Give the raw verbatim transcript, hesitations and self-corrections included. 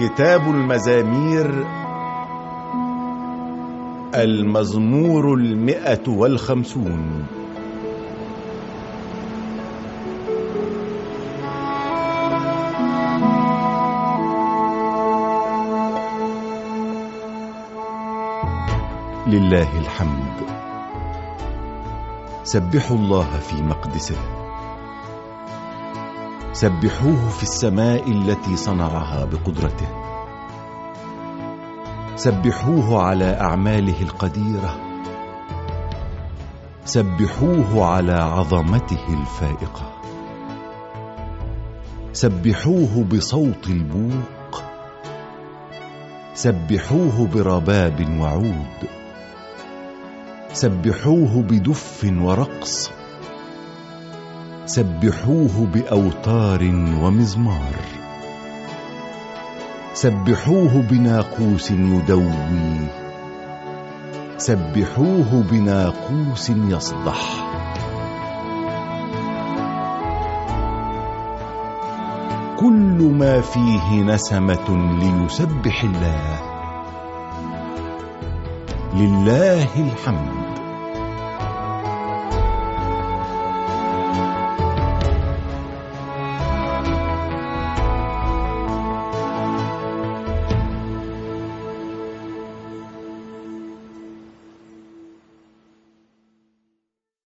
كتاب المزامير، المزمور المئة والخمسون. لله الحمد. سبحوا الله في مقدسه، سبحوه في السماء التي صنعها بقدرته، سبحوه على أعماله القديرة، سبحوه على عظمته الفائقة، سبحوه بصوت البوق، سبحوه برباب وعود، سبحوه بدف ورقص، سبحوه بأوتار ومزمار، سبحوه بناقوس يدوي، سبحوه بناقوس يصدح. كل ما فيه نسمة ليسبح الله. لله الحمد.